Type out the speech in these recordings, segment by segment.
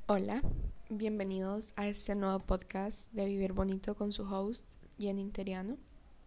Hola, bienvenidos a este nuevo podcast de Vivir Bonito con su host, Jenny Interiano.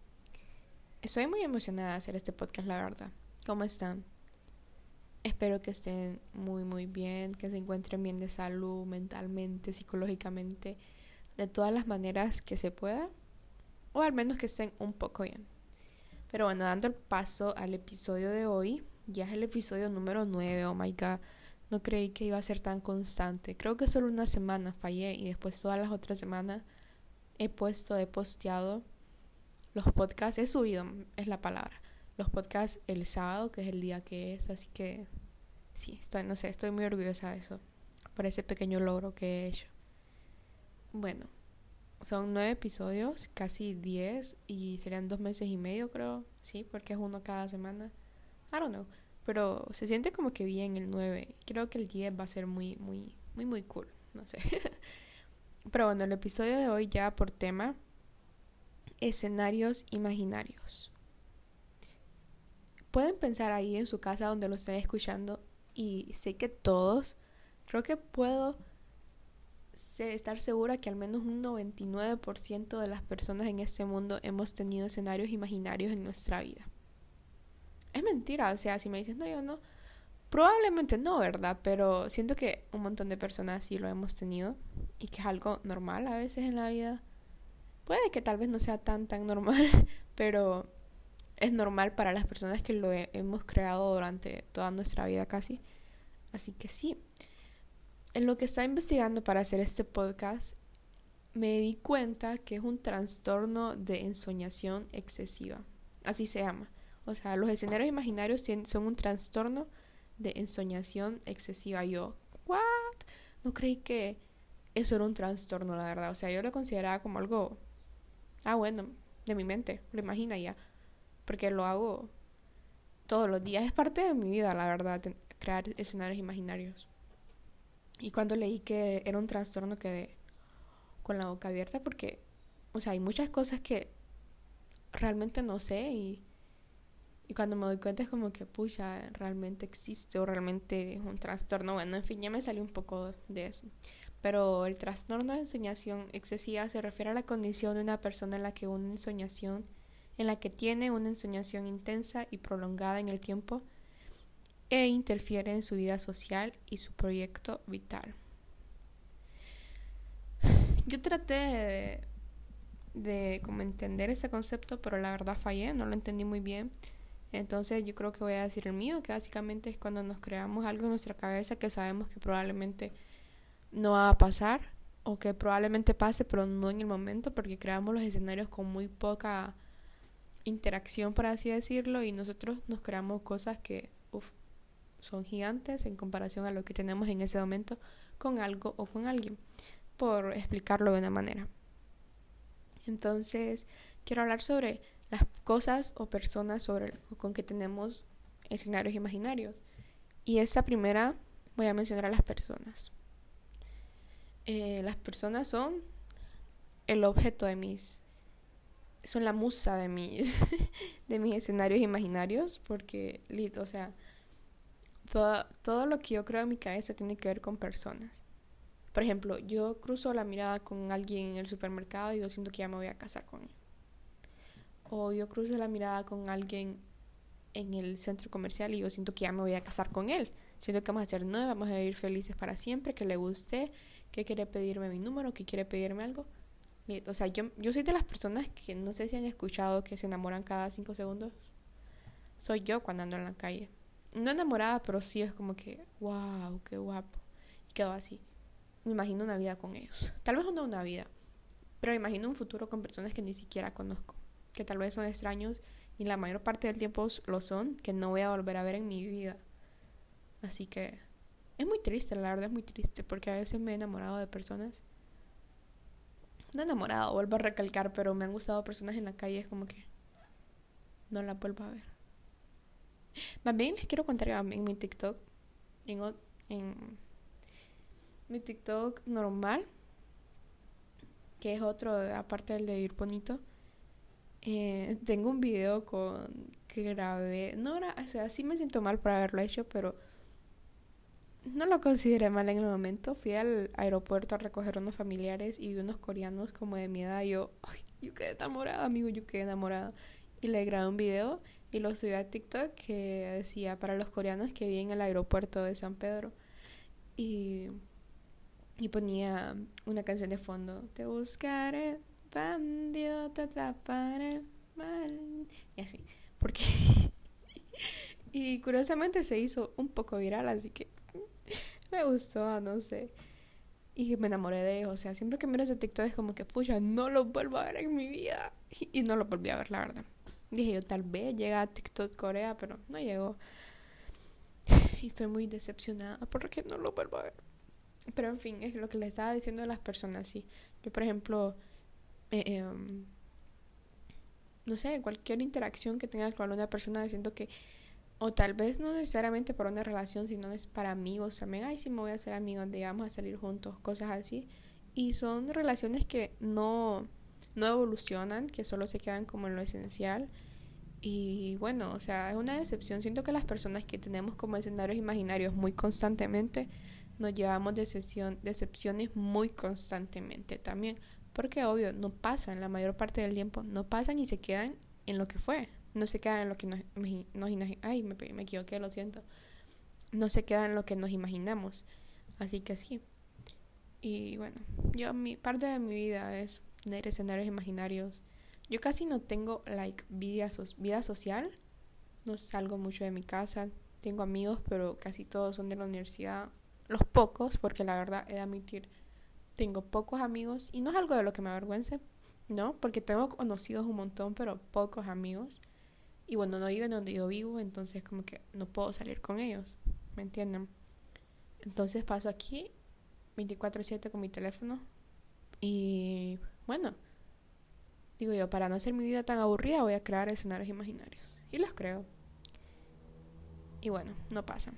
Estoy muy emocionada de hacer este podcast, la verdad. ¿Cómo están? Espero que estén muy bien, que se encuentren bien de salud, mentalmente, psicológicamente, de todas las maneras que se pueda, o al menos que estén un poco bien. Pero bueno, dando el paso al episodio de hoy, ya es el episodio número 9. Oh my god, no creí que iba a ser tan constante. Creo que solo una semana fallé y después todas las otras semanas he posteado los podcasts, he subido, es la palabra, los podcasts el sábado, que es el día que es, así que sí, no sé, estoy muy orgullosa de eso, por ese pequeño logro que he hecho. Bueno, son 9 episodios, casi 10, y serían 2 meses y medio, creo, sí, porque es uno cada semana. I don't know, pero se siente como que bien el 9. Creo que el 10 va a ser muy cool, no sé. Pero bueno, el episodio de hoy ya por tema, escenarios imaginarios. Pueden pensar ahí en su casa donde lo estén escuchando y sé que todos, creo que puedo estar segura que al menos un 99% de las personas en este mundo hemos tenido escenarios imaginarios en nuestra vida. Es mentira, o sea, si me dices no, yo no, probablemente no, ¿verdad? Pero siento que un montón de personas sí lo hemos tenido y que es algo normal a veces en la vida. Puede que tal vez no sea tan normal, pero es normal para las personas que hemos creado durante toda nuestra vida casi. Así que sí, en lo que estaba investigando para hacer este podcast, me di cuenta que es un trastorno de ensoñación excesiva. Así se llama. O sea, los escenarios imaginarios son un trastorno de ensoñación excesiva. Yo, ¿what? No creí que eso era un trastorno, la verdad. O sea, yo lo consideraba como algo, bueno, de mi mente, lo imagina ya. Porque lo hago todos los días. Es parte de mi vida, la verdad, crear escenarios imaginarios. Y cuando leí que era un trastorno quedé con la boca abierta porque, o sea, hay muchas cosas que realmente no sé y cuando me doy cuenta es como que, pucha, realmente existe o realmente es un trastorno. Bueno, en fin, ya me salió un poco de eso. Pero el trastorno de ensoñación excesiva se refiere a la condición de una persona en la que tiene una ensoñación intensa y prolongada en el tiempo e interfiere en su vida social y su proyecto vital. Yo traté de como entender ese concepto, pero la verdad fallé, no lo entendí muy bien. Entonces yo creo que voy a decir el mío, que básicamente es cuando nos creamos algo en nuestra cabeza que sabemos que probablemente no va a pasar o que probablemente pase, pero no en el momento, porque creamos los escenarios con muy poca interacción, por así decirlo, y nosotros nos creamos cosas que son gigantes en comparación a lo que tenemos en ese momento con algo o con alguien, por explicarlo de una manera. Entonces, quiero hablar sobre las cosas o personas con que tenemos escenarios imaginarios. Y esta primera voy a mencionar a las personas. Las personas son el objeto son la musa de de mis escenarios imaginarios, porque, o sea, todo lo que yo creo en mi cabeza tiene que ver con personas. Por ejemplo, yo cruzo la mirada con alguien en el supermercado y yo siento que ya me voy a casar con él. O yo cruzo la mirada con alguien en el centro comercial y yo siento que ya me voy a casar con él. Siento que vamos a ser nueve, vamos a vivir felices para siempre, que le guste, que quiere pedirme mi número, que quiere pedirme algo. O sea, yo soy de las personas que no sé si han escuchado que se enamoran cada 5 segundos. Soy yo cuando ando en la calle. No enamorada, pero sí es como que, wow, qué guapo. Y quedo así. Me imagino una vida con ellos. Tal vez no una vida, pero me imagino un futuro con personas que ni siquiera conozco, que tal vez son extraños y la mayor parte del tiempo lo son, que no voy a volver a ver en mi vida. Así que es muy triste, la verdad es muy triste, porque a veces me he enamorado de personas. No enamorado, vuelvo a recalcar, pero me han gustado personas en la calle, es como que no la vuelvo a ver. También les quiero contar en mi TikTok, en mi TikTok normal, que es otro, aparte del de Vivir Bonito. Tengo un video que grabé. No, o sea, sí me siento mal por haberlo hecho, pero no lo consideré mal en el momento. Fui al aeropuerto a recoger unos familiares y vi unos coreanos como de mi edad. Y yo, ay, yo quedé enamorada, amigo, yo quedé enamorada. Y le grabé un video y lo subí a TikTok que decía para los coreanos que vi en el aeropuerto de San Pedro. Y, y ponía una canción de fondo. Te buscaré, bandido, te atraparé, mal. Y así. Porque... y curiosamente se hizo un poco viral, así que me gustó, no sé. Y me enamoré de ellos. O sea, siempre que miro ese TikTok es como que, pucha, no lo vuelvo a ver en mi vida. Y no lo volví a ver, la verdad. Dije yo, tal vez llega a TikTok Corea, pero no llegó. Y estoy muy decepcionada porque no lo vuelvo a ver. Pero en fin, es lo que les estaba diciendo de las personas, sí. Yo, por ejemplo, eh, eh, no sé, cualquier interacción que tenga con una persona, siento que, o tal vez no necesariamente para una relación, sino es para amigos también. Ay, sí, me voy a hacer amigos, digamos, a salir juntos, cosas así. Y son relaciones que no evolucionan, que solo se quedan como en lo esencial. Y bueno, o sea, es una decepción. Siento que las personas que tenemos como escenarios imaginarios muy constantemente, nos llevamos decepciones muy constantemente también. Porque obvio, no pasan la mayor parte del tiempo, no pasan y se quedan en lo que fue. No se quedan en lo que ay, me equivoqué, lo siento. No se quedan en lo que nos imaginamos. Así que sí. Y bueno, mi parte de mi vida es tener escenarios imaginarios. Yo casi no tengo vida social. No salgo mucho de mi casa. Tengo amigos, pero casi todos son de la universidad. Los pocos, porque la verdad he de admitir, tengo pocos amigos y no es algo de lo que me avergüence, ¿no? Porque tengo conocidos un montón, pero pocos amigos. Y bueno, no viven donde yo vivo, entonces como que no puedo salir con ellos, ¿me entienden? Entonces paso aquí 24/7 con mi teléfono y bueno, digo yo, para no hacer mi vida tan aburrida voy a crear escenarios imaginarios. Y los creo. Y bueno, no pasan.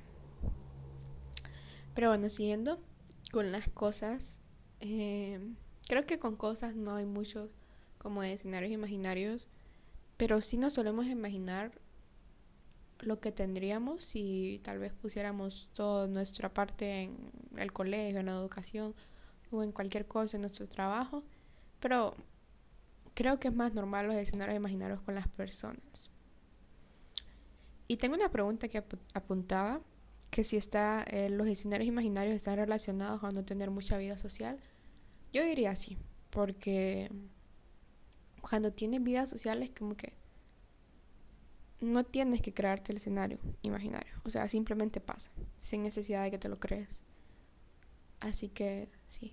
Pero bueno, siguiendo con las cosas, creo que con cosas no hay muchos como de escenarios imaginarios, pero sí nos solemos imaginar lo que tendríamos si tal vez pusiéramos toda nuestra parte en el colegio, en la educación o en cualquier cosa, en nuestro trabajo. Pero creo que es más normal los escenarios imaginarios con las personas. Y tengo una pregunta que apuntaba, que si los escenarios imaginarios están relacionados a no tener mucha vida social. Yo diría sí, porque cuando tienes vida social es como que no tienes que crearte el escenario imaginario. O sea, simplemente pasa, sin necesidad de que te lo crees. Así que sí.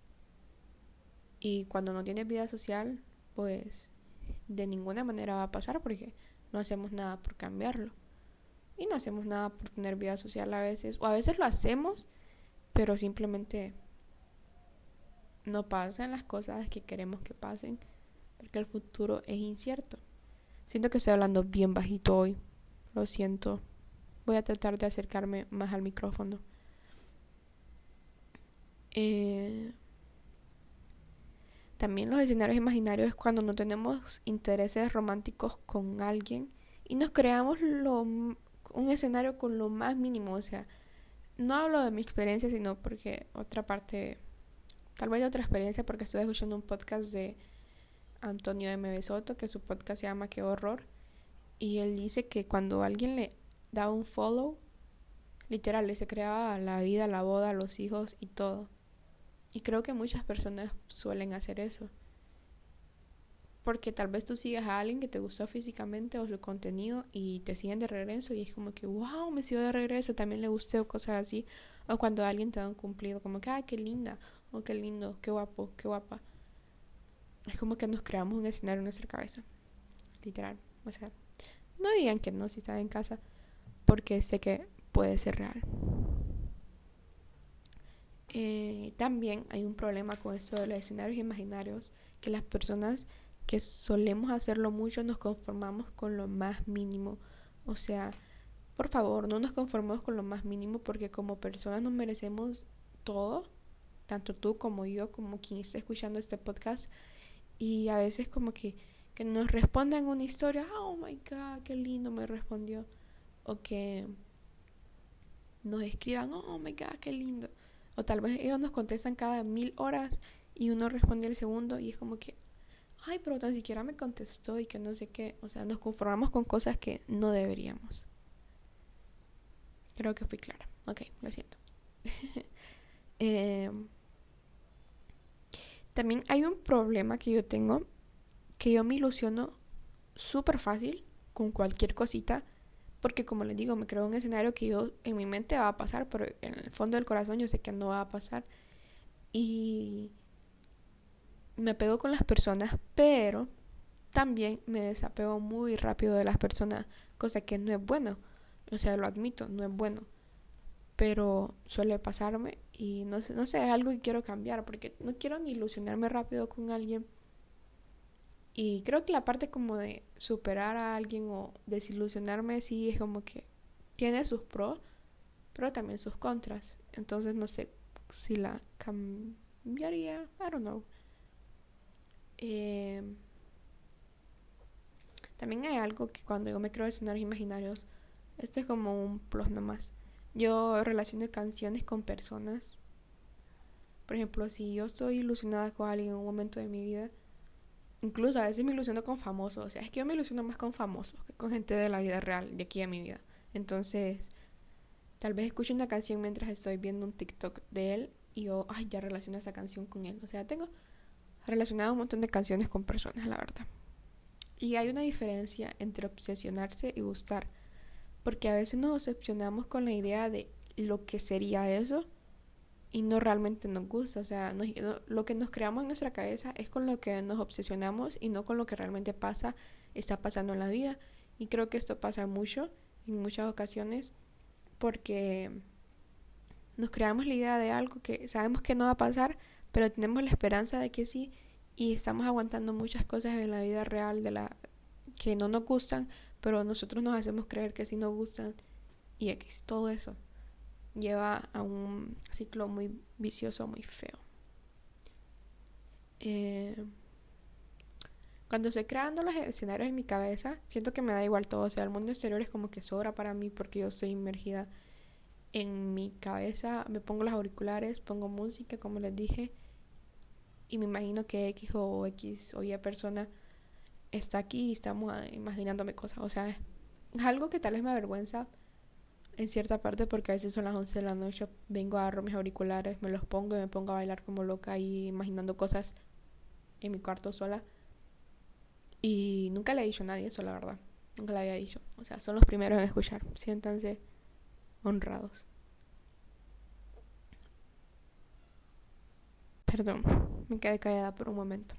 Y cuando no tienes vida social, pues de ninguna manera va a pasar porque no hacemos nada por cambiarlo. Y no hacemos nada por tener vida social a veces. O a veces lo hacemos, pero simplemente no pasan las cosas que queremos que pasen. Porque el futuro es incierto. Siento que estoy hablando bien bajito hoy. Lo siento. Voy a tratar de acercarme más al micrófono. También los escenarios imaginarios es cuando no tenemos intereses románticos con alguien y nos creamos un escenario con lo más mínimo. O sea, no hablo de mi experiencia, sino porque otra parte, tal vez de otra experiencia, porque estuve escuchando un podcast de Antonio M. Soto, que su podcast se llama Qué horror, y él dice que cuando alguien le da un follow, literal, le se creaba la vida, la boda, los hijos y todo. Y creo que muchas personas suelen hacer eso. Porque tal vez tú sigas a alguien que te gustó físicamente o su contenido y te siguen de regreso y es como que, wow, me sigo de regreso, también le gusté o cosas así. O cuando alguien te da un cumplido, como que, ay, qué linda, o qué lindo, qué guapo, qué guapa. Es como que nos creamos un escenario en nuestra cabeza. Literal. O sea, no digan que no si están en casa, porque sé que puede ser real. También hay un problema con eso de los escenarios imaginarios, que las personas que solemos hacerlo mucho nos conformamos con lo más mínimo. O sea, por favor, no nos conformemos con lo más mínimo porque como personas nos merecemos todo, tanto tú como yo, como quien esté escuchando este podcast. Y a veces como que nos respondan una historia, oh my god, qué lindo me respondió. O que nos escriban, oh my god, qué lindo. O tal vez ellos nos contestan cada 1000 horas y uno responde el segundo y es como que, ay, pero tan siquiera me contestó y que no sé qué. O sea, nos conformamos con cosas que no deberíamos. Creo que fui clara. Ok, lo siento. También hay un problema que yo tengo, que yo me ilusiono súper fácil con cualquier cosita, porque como les digo, me creo un escenario que yo en mi mente va a pasar, pero en el fondo del corazón yo sé que no va a pasar. Y me apego con las personas, pero también me desapego muy rápido de las personas, cosa que no es bueno. O sea, lo admito, no es bueno. Pero suele pasarme y no sé, es algo que quiero cambiar porque no quiero ni ilusionarme rápido con alguien. Y creo que la parte como de superar a alguien o desilusionarme sí es como que tiene sus pros, pero también sus contras. Entonces no sé si la cambiaría, I don't know. Eh, También hay algo que cuando yo me creo escenarios imaginarios, esto es como un plus nomás. Yo relaciono canciones con personas. Por ejemplo, si yo estoy ilusionada con alguien en un momento de mi vida, incluso a veces me ilusiono con famosos. O sea, es que yo me ilusiono más con famosos que con gente de la vida real, de aquí a mi vida. Entonces, tal vez escucho una canción mientras estoy viendo un TikTok de él y yo, ay, ya relaciono esa canción con él. O sea, tengo relacionado un montón de canciones con personas, la verdad. Y hay una diferencia entre obsesionarse y gustar, porque a veces nos obsesionamos con la idea de lo que sería eso y no realmente nos gusta. O sea, lo que nos creamos en nuestra cabeza es con lo que nos obsesionamos y no con lo que realmente está pasando en la vida. Y creo que esto pasa mucho, en muchas ocasiones, porque nos creamos la idea de algo que sabemos que no va a pasar, pero tenemos la esperanza de que sí, y estamos aguantando muchas cosas en la vida real que no nos gustan, pero nosotros nos hacemos creer que sí nos gustan y X, todo eso lleva a un ciclo muy vicioso, muy feo. Cuando estoy creando los escenarios en mi cabeza, siento que me da igual todo. O sea, el mundo exterior es como que sobra para mí porque yo estoy inmergida en mi cabeza. Me pongo los auriculares, pongo música, como les dije, y me imagino que X o Y persona está aquí y estamos imaginándome cosas. O sea, es algo que tal vez me avergüenza en cierta parte porque a veces son las 11 de la noche, vengo, agarro mis auriculares, me los pongo y me pongo a bailar como loca y imaginando cosas en mi cuarto sola. Y nunca le he dicho a nadie eso, la verdad. Nunca le había dicho. O sea, son los primeros en escuchar. Siéntanse honrados. Perdón, me quedé callada por un momento.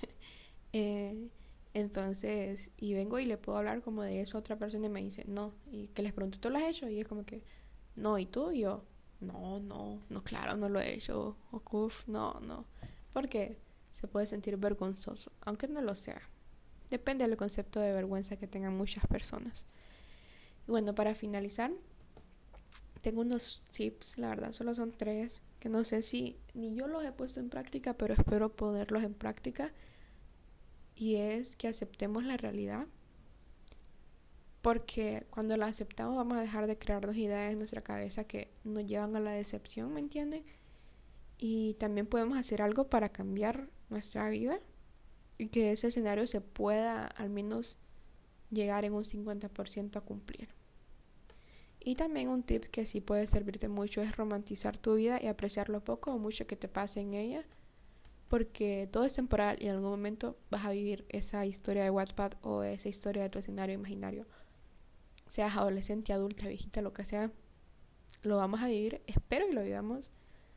Entonces, y vengo y le puedo hablar como de eso a otra persona y me dice, no. Y que les pregunto, ¿tú lo has hecho? Y es como que, no, ¿y tú? Y yo, no, claro, no lo he hecho. Uf, no. Porque se puede sentir vergonzoso, aunque no lo sea. Depende del concepto de vergüenza que tengan muchas personas. Y bueno, para finalizar, tengo unos tips, la verdad, solo son 3, que no sé si ni yo los he puesto en práctica, pero espero ponerlos en práctica. Y es que aceptemos la realidad, porque cuando la aceptamos vamos a dejar de crearnos ideas en nuestra cabeza que nos llevan a la decepción, ¿me entienden? Y también podemos hacer algo para cambiar nuestra vida y que ese escenario se pueda al menos llegar en un 50% a cumplir. Y también un tip que sí puede servirte mucho es romantizar tu vida y apreciar lo poco o mucho que te pase en ella, porque todo es temporal y en algún momento vas a vivir esa historia de Wattpad o esa historia de tu escenario imaginario. Seas adolescente, adulta, viejita, lo que sea, lo vamos a vivir, espero que lo vivamos.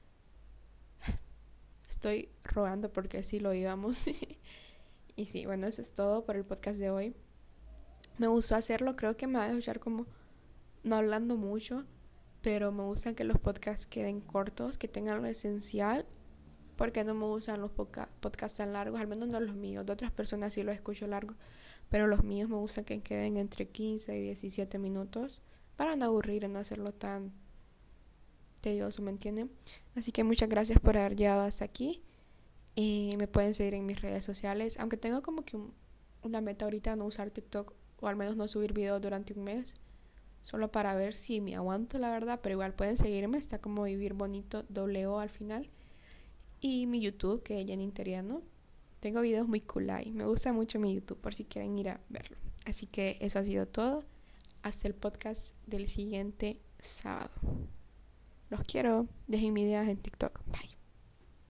Estoy rogando porque sí lo vivamos. Y sí, bueno, eso es todo por el podcast de hoy. Me gustó hacerlo, creo que me va a escuchar como no hablando mucho, pero me gusta que los podcasts queden cortos, que tengan lo esencial, porque no me gustan los podcasts tan largos, al menos no los míos. De otras personas sí los escucho largos, pero los míos me gustan que queden entre 15 y 17 minutos para no aburrir y no hacerlo tan tedioso, ¿me entienden? Así que muchas gracias por haber llegado hasta aquí. Me pueden seguir en mis redes sociales, aunque tengo como que una meta ahorita no usar TikTok o al menos no subir videos durante un mes, solo para ver si me aguanto, la verdad, pero igual pueden seguirme, está como Vivir Bonito, O al final. Y mi YouTube, que es Jenny Interiano. Tengo videos muy cool ahí. Me gusta mucho mi YouTube por si quieren ir a verlo. Así que eso ha sido todo. Hasta el podcast del siguiente sábado. Los quiero. Dejen mi ideas en TikTok. Bye.